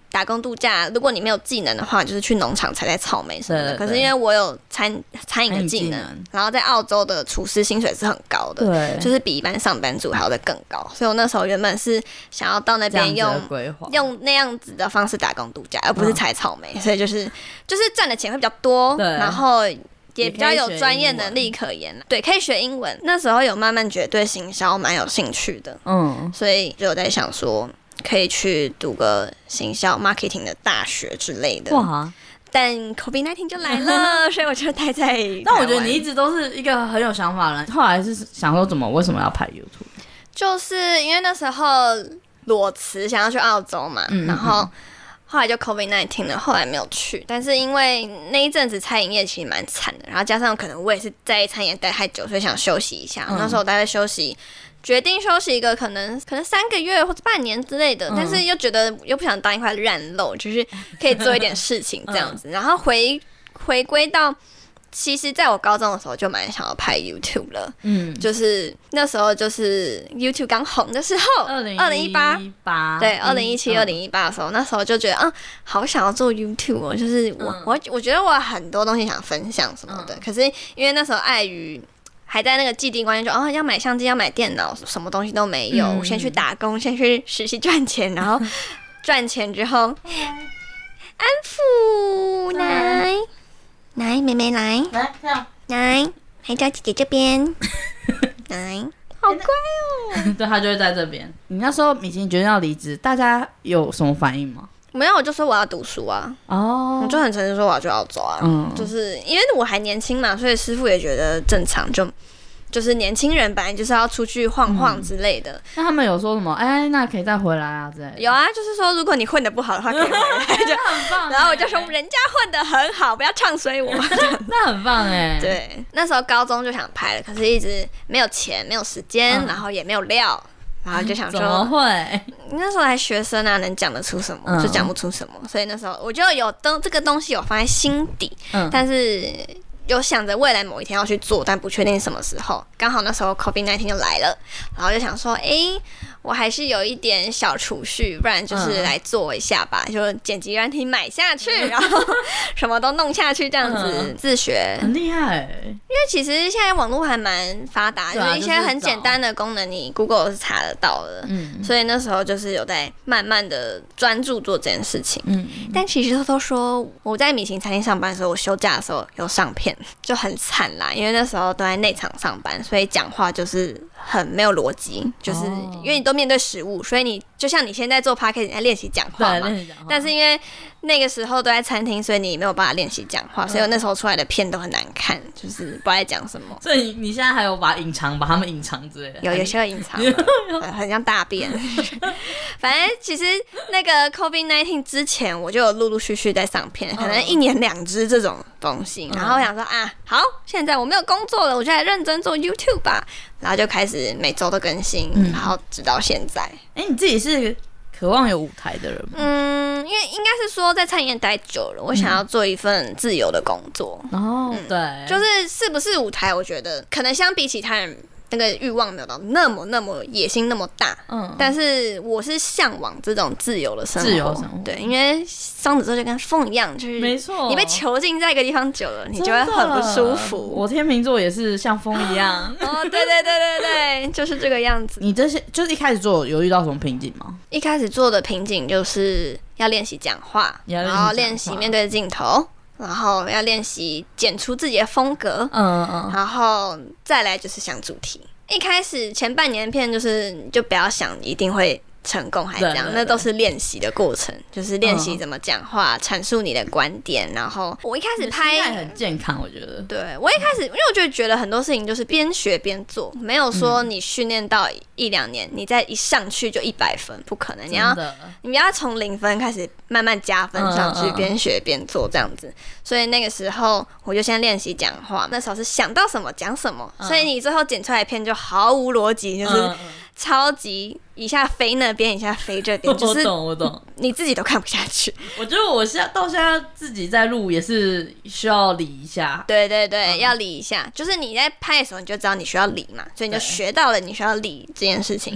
打工度假，如果你没有技能的话，就是去农场采采草莓什么的。可是因为我有餐饮的技能，然后在澳洲的厨师薪水是很高的，对，就是比一般上班族还要再更高。所以我那时候原本是想要到那边用那样子的方式打工度假，而不是采草莓。所以就是赚的钱会比较多，然后也比较有专业能力可言，对，可以学英文。那时候有慢慢觉得对行销蛮有兴趣的，所以就有在想说可以去读个行销 marketing 的大学之类的。哇！但 COVID-19 就来了，所以我就待在台湾。 但我觉得你一直都是一个很有想法的人，后来是想说为什么要拍 YouTube？ 就是因为那时候裸辞想要去澳洲嘛，然后来就 COVID-19 了，后来没有去。但是因为那一阵子餐饮业其实蛮惨的，然后加上可能我也是在餐饮业待太久，所以想休息一下。那时候我大概决定休息一个可能3个月或者半年之类的，但是又觉得又不想当一块烂肉，就是可以做一点事情这样子。然后回归到，其实在我高中的时候就蛮想要拍 YouTube 了，就是那时候就是 YouTube 刚红的时候，2018，对，2017、2018的时候，那时候就觉得好想要做 YouTube 哦，就是我觉得我很多东西想分享什么的，可是因为那时候碍于还在那个既定观念，就要买相机，要买电脑，什么东西都没有，我先去打工，先去实习赚钱，然后赚钱之后，安抚来，妹妹来，还在姐姐这边，来，好乖哦。 对，他就会在这边。你那时候已经决定要离职，大家有什么反应吗？ 没有，我就说我要读书啊。我就很诚实说我要去澳洲啊。就是因为我还年轻嘛，所以师傅也觉得正常，就是年轻人本来就是要出去晃晃之类的。 那他们有说什么？那可以再回来啊之类的。 有啊，就是说如果你混得不好的话，可以回来，就很棒。 然后我就说人家混得很好，不要唱衰我。 那很棒哎。 对，那时候高中就想拍了，可是一直没有钱，没有时间，然后也没有料。然后就想说， 怎么会？ 那时候还学生啊，能讲得出什么？就讲不出什么。所以那时候我就有这个东西有放在心底，但是有想着未来某一天要去做，但不确定什么时候。刚好那时候 COVID-19 就来了，然后就想说，我还是有一点小储蓄，不然就是来做一下吧，就剪辑软体买下去，然后什么都弄下去，这样子自学， 很厉害。因为其实现在网络还蛮发达，就是一些很简单的功能，你 Google 是查得到的。所以那时候就是有在慢慢的专注做这件事情。但其实都说我在米其林餐厅上班的时候，我休假的时候有上片，就很惨啦，因为那时候都在内场上班，所以讲话就是很没有逻辑，就是因为你都面对食物，所以你就像你现在做 podcast 你在练习讲话嘛，但是因为那个时候都在餐厅，所以你没有办法练习讲话，所以我那时候出来的片都很难看，就是不知道在讲什么。 所以你现在还有把他们隐藏之类的？ 有些有隐藏很像大便。反正其实那个 COVID-19 之前我就有陆陆续续在上片，可能1年2支这种东西，然后我想说好，现在我没有工作了，我就来认真做 YouTube 吧，然后就开始每周都更新，然后直到现在。 你自己是渴望有舞台的人吗？ 因为应该是说在餐饮业待久了，我想要做一份自由的工作。 对， 就是是不是舞台，我觉得可能相比其他人那个欲望没有到那么野心那么大，但是我是向往这种自由的生活，对，因为双子座就跟风一样，就是没错， 你被囚禁在一个地方久了，你就会很不舒服。 我天秤座也是像风一样， 对，就是这个样子。 你这些就是一开始做有遇到什么瓶颈吗？ 一开始做的瓶颈就是要练习讲话，然后练习面对镜头。然后要练习剪出自己的风格，然后再来就是想主题。一开始前半年片就不要想一定会成功还这样，那都是练习的过程，就是练习怎么讲话，阐述你的观点。然后我一开始拍心态很健康，我觉得。 对，我一开始因为我就觉得很多事情就是边学边做，没有说你训练到1-2年，你再一上去就100分，不可能。你要从0分开始慢慢加分上去，边学边做这样子。所以那个时候我就先练习讲话，那时候是想到什么讲什么，所以你最后剪出来的片就毫无逻辑，就是超级一下飞那边，一下飞这边，就是我懂， 你自己都看不下去。 我觉得我到现在自己在录也是需要理一下。 对，要理一下，就是你在拍的时候你就知道你需要理嘛，所以你就学到了你需要理这件事情。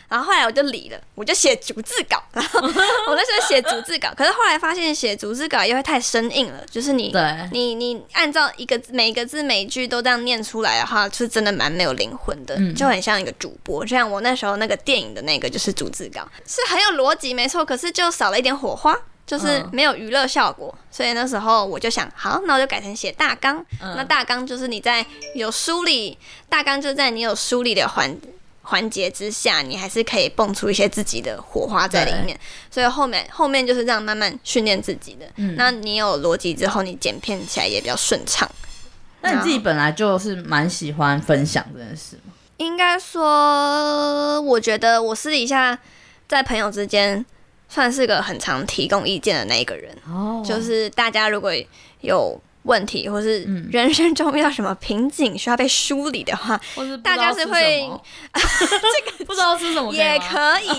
然后后来我就理了，我就写逐字稿。然后我那时候写逐字稿，可是后来发现写逐字稿又会太生硬了，就是你按照每一个字每一句都这样念出来的话，是真的蛮没有灵魂的，就很像一个主播。就像我那时候那个电影的那个就是逐字稿，是很有逻辑没错，可是就少了一点火花。就是没有娱乐效果，所以那时候我就想，好，那我就改成写大纲。那大纲就是你在有梳理，大纲就在你有梳理的环节之下，你还是可以蹦出一些自己的火花在里面。所以后面就是这样慢慢训练自己的。那你有逻辑之后，你剪片起来也比较顺畅。 那你自己本来就是蛮喜欢分享这件事吗？ 应该说，我觉得我私底下在朋友之间算是个很常提供意见的那一个人。就是大家如果有问题，或是人生中遇到什么瓶颈需要被梳理的话，大家是会这个不知道吃什么也可以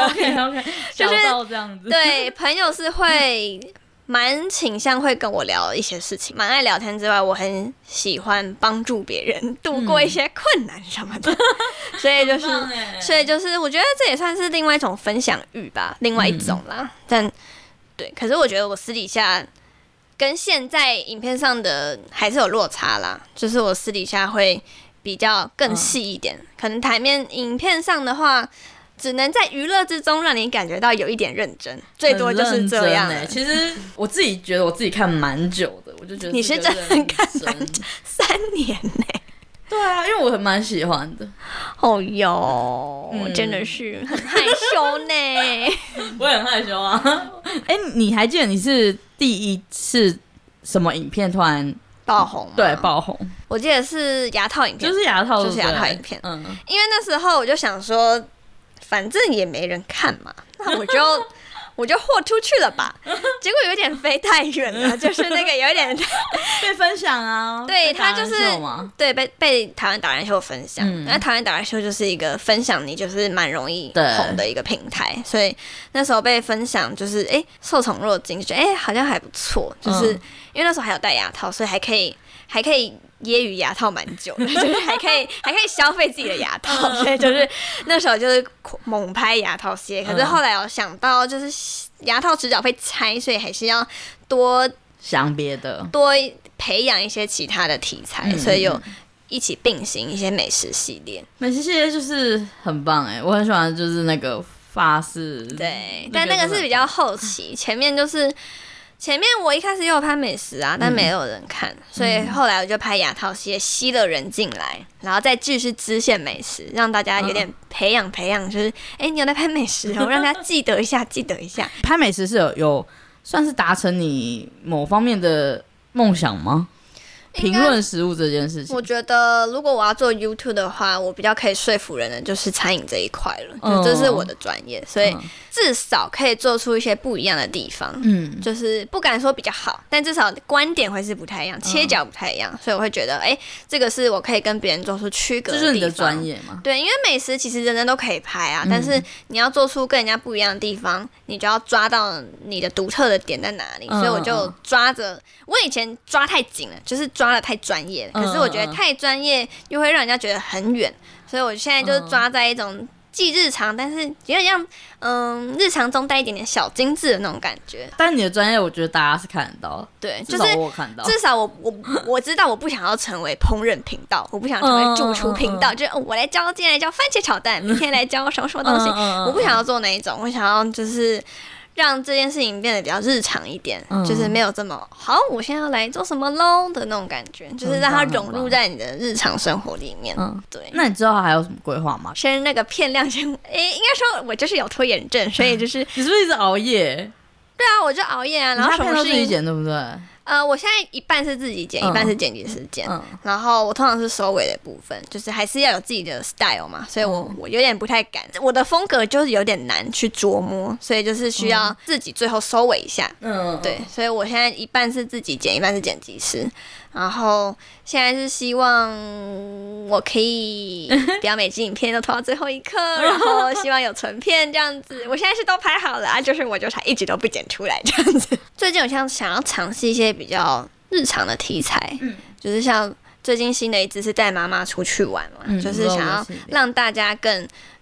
OK 就是这样子。 对，朋友是会蛮倾向会跟我聊一些事情，蛮爱聊天之外，我很喜欢帮助别人度过一些困难什么的。所以就是我觉得这也算是另外一种分享欲吧，另外一种啦。但对，可是我觉得我私底下跟现在影片上的还是有落差啦，就是我私底下会比较更细一点，可能台面影片上的话只能在娱乐之中让你感觉到有一点认真，最多就是这样。 其实我自己觉得我自己看蛮久的，我就觉得你是真的看蛮久3年呢。 对啊，因为我很蛮喜欢的。 哦哟，真的是很害羞呢。 我也很害羞啊。你还记得你是第一次什么影片突然爆红吗？ 对，爆红。 我记得是牙套影片， 就是牙套影片。因为那时候我就想说，反正也没人看嘛，那我就豁出去了吧。结果有点飞太远了，就是那个有一点被分享啊。 对，他就是对被台湾达人秀分享。那台湾达人秀就是一个分享你就是蛮容易红的一个平台，所以那时候被分享就是受宠若惊，就觉得好像还不错。就是因为那时候还有戴牙套，所以还可以揶揄牙套蛮久的，就是还可以消费自己的牙套，所以就是那时候就是猛拍牙套系列。可是后来有想到，就是牙套迟早会拆，所以还是要多想别的， 多培养一些其他的题材，所以有一起并行一些美食系列。 美食系列就是很棒我很喜欢，就是那个法式。 对，但那个是比较后期，前面我一开始也有拍美食啊，但没有人看，所以后来我就拍牙套系列，吸了人进来，然后再继续支线美食，让大家有点培养，就是你有在拍美食哦，让大家记得一下。 拍美食是有算是达成你某方面的梦想吗？评论食物这件事情， 我觉得如果我要做 YouTube 的话，我比较可以说服人的就是餐饮这一块了，就这是我的专业，所以至少可以做出一些不一样的地方。就是不敢说比较好，但至少观点会是不太一样，切角不太一样，所以我会觉得这个是我可以跟别人做出区隔的地方。 这是你的专业吗？ 对，因为美食其实人人都可以拍啊，但是你要做出跟人家不一样的地方，你就要抓到你的独特的点在哪里。所以我就抓着，我以前抓太紧了，就是抓得太专业了，可是我觉得太专业又会让人家觉得很远，所以我现在就是抓在一种既日常，但是有点像日常中带一点点小精致的那种感觉。 但你的专业我觉得大家是看得到， 对， 至少我有看到， 至少我知道我不想要成为烹饪频道，我不想成为主厨频道，就是我今天来教番茄炒蛋，明天来教什么东西，我不想要做那一种，我想要就是让这件事情变得比较日常一点，就是没有这么好我现在要来做什么咯的那种感觉，就是让它融入在你的日常生活里面。对。 那你之后还有什么规划吗？ 先那个片量应该说我就是有拖延症，所以就是你是不是一直熬夜？ 对啊，我就熬夜啊，然后什么事情自己剪，对不对？ 我现在一半是自己剪，一半是剪辑师剪，然后我通常是收尾的部分，就是还是要有自己的 style 嘛，所以我有点不太敢，我的风格就是有点难去琢磨，所以就是需要自己最后收尾一下。对，所以我现在一半是自己剪，一半是剪辑师，然后现在是希望我可以不要每支影片都拖到最后一刻，然后希望有存片这样子。我现在是都拍好了啊，就是我就才一直都不剪出来这样子。最近我想要尝试一些比较日常的题材，就是像最近新的一支是带妈妈出去玩嘛，就是想要让大家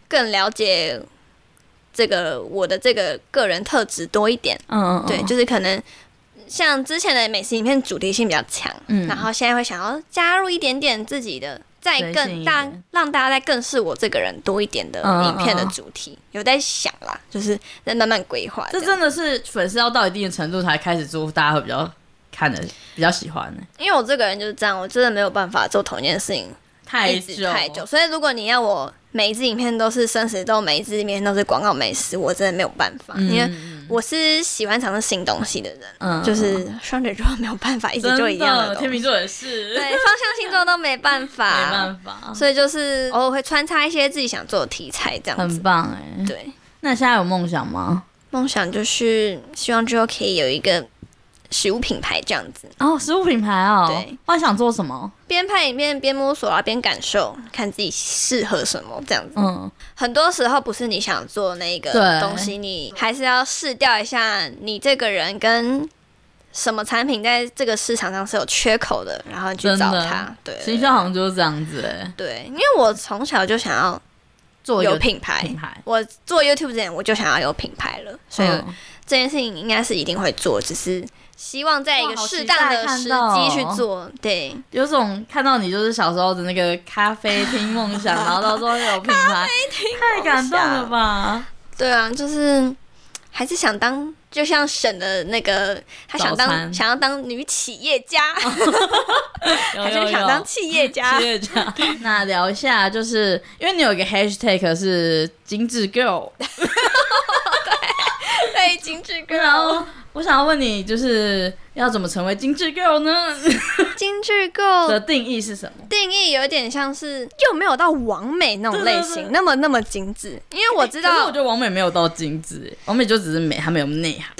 更了解我的这个个人特质多一点。对，就是可能像之前的美食影片主题性比较强，然后现在会想要加入一点点自己的，再更大，让大家再更是我这个人多一点的影片的主题，有在想啦，就是在慢慢规划。 这真的是粉丝要到一定的程度才开始做，大家会比较看的比较喜欢的。 因为我这个人就是这样，我真的没有办法做同一件事情太久，所以如果你要我每一支影片都是生食豆，每一支影片都是广告美食，我真的没有办法，因为我是喜欢尝试新东西的人，就是双子座没有办法一直做一样的东西， 天秤座也是， 对，方向星座都没办法， 没办法， 所以就是偶尔会穿插一些自己想做的题材，这样子很棒哎。 对， 那现在有梦想吗？ 梦想就是希望之后可以有一个食物品牌这样子。 食物品牌哦。 对， 我想做什么？ 边拍影片边摸索边感受，看自己适合什么这样子。很多时候不是你想做那个东西，你还是要试掉一下你这个人跟什么产品在这个市场上是有缺口的，然后去找它。对， 行销好像就是这样子哎。 对，因为我从小就想要做有品牌，我做 YouTube 之前我就想要有品牌了，所以这件事情应该是一定会做，只是希望在一个适当的时机去做。对， 有种看到你就是小时候的那个咖啡厅梦想，然后到时候有品牌，太感动了吧？ 对啊，就是还是想当，就像沈的那个，他想要当女企业家，还是想当企业家。 那聊一下，就是因为你有一个 hashtag 是精致 girl， 对，精致 girl。 然后我想要问你，就是要怎么成为精致 girl 呢？ 精致 girl 的定义是什么？ 定义有点像是又没有到完美那种类型，那么精致。因为我知道， 可是我觉得完美没有到精致，完美就只是美，它没有内涵。 对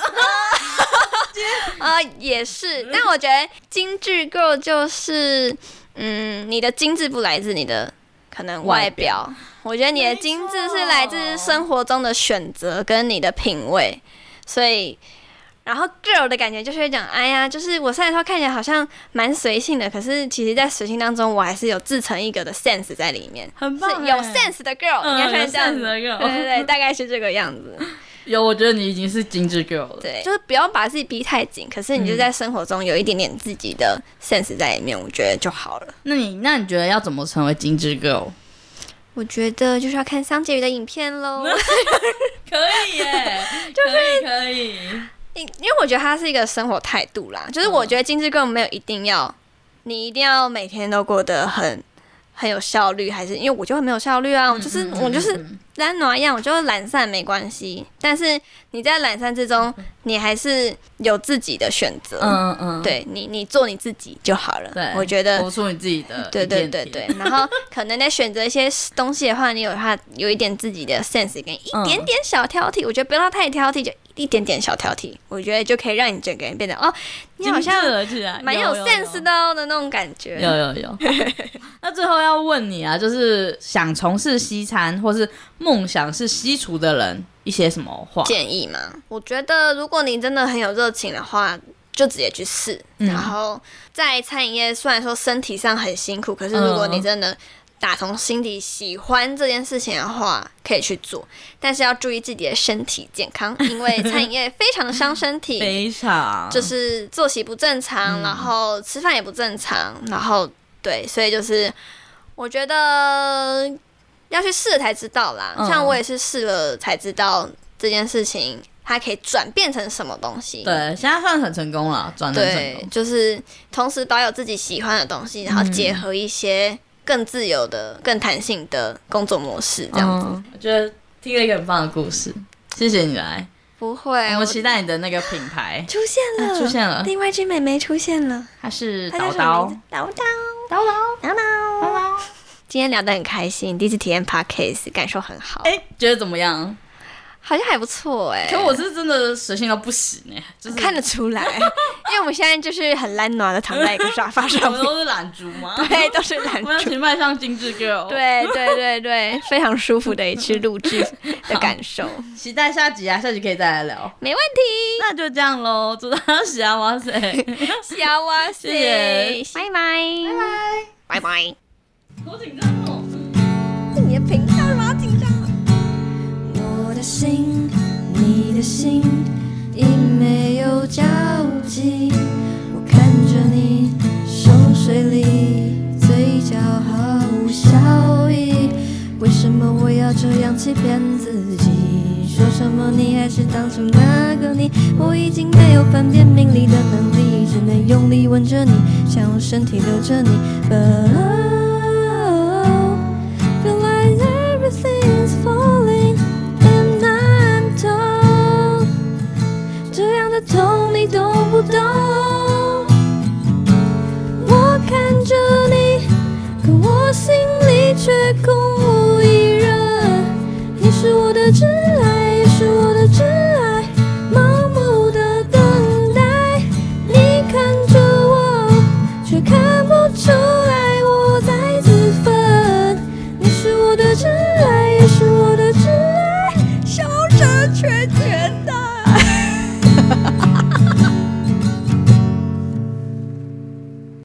也是，但我觉得精致 girl 就是你的精致不来自你的可能外表，我觉得你的精致是来自生活中的选择跟你的品味，所以。然后 girl 的感觉就是会讲，哎呀，就是我虽然说看起来好像蛮随性的，可是其实在随性当中，我还是有自成一格的 sense 在里面， 很棒， 有 sense 的 girl，应该是这样子，对，大概是这个样子。 有，我觉得你已经是精致 girl 了。 对，就是不要把自己逼太紧，可是你就在生活中有一点点自己的 sense 在里面，我觉得就好了。 那你觉得要怎么成为精致 girl？ 我觉得就是要看桑婕妤的影片咯。 可以耶，可以。 因为我觉得它是一个生活态度啦，就是我觉得精致根本没有你一定要每天都过得很有效率，还是因为我就会没有效率啊，我就是懒惰一样，我就懒散没关系，但是你在懒散之中，你还是有自己的选择，对你做你自己就好了。对，我觉得活出你自己的， 对，然后可能在选择一些东西的话，你有一点自己的 sense 跟一点点小挑剔，我觉得不要太挑剔，就一点点小挑剔，我觉得就可以让你整个人变得你好像蛮有 sense 的那种感觉。 有。那最后要问你啊，就是想从事西餐或是梦想是西厨的人一些什么话建议吗？我觉得如果你真的很有热情的话，就直接去试。然后在餐饮业虽然说身体上很辛苦，可是如果你真的打从心底喜欢这件事情的话，可以去做，但是要注意自己的身体健康，因为餐饮业非常伤身体， 非常就是作息不正常，然后吃饭也不正常，然后对，所以就是我觉得要去试了才知道啦。像我也是试了才知道这件事情它可以转变成什么东西。 对，现在算很成功了，转成成功。 对，就是同时保有自己喜欢的东西，然后结合一些更自由的、更弹性的工作模式，这样子。 我觉得听了一个很棒的故事，谢谢你来。 不会， 我们期待你的那个品牌出现了，另外一只妹妹出现了， 她是叨叨。今天聊得很开心，第一次体验 podcast， 感受很好。 觉得怎么样？ 好像还不错可我是真的随性到不行就是看得出来，因为我们现在就是很懒惰的躺在一个沙发上面， 我们都是懒猪吗？ 对，都是懒猪。 我们要去迈向精致 girl。 对，非常舒服的一次录制的感受。 期待下集可以再来聊。 没问题， 那就这样咯，祝大家喜欢哇塞， 谢谢，拜拜。 好紧张哦！ 你的频道是吗？紧张。 心，你的心已没有交集。我看着你熟睡里，嘴角毫无笑意。为什么我要这样欺骗自己？说什么你还是当初那个你？我已经没有分辨名利的能力，只能用力吻着你，想用身体留着你。But oh, feel like everything's falling and I'm told， 这样的痛你懂不懂？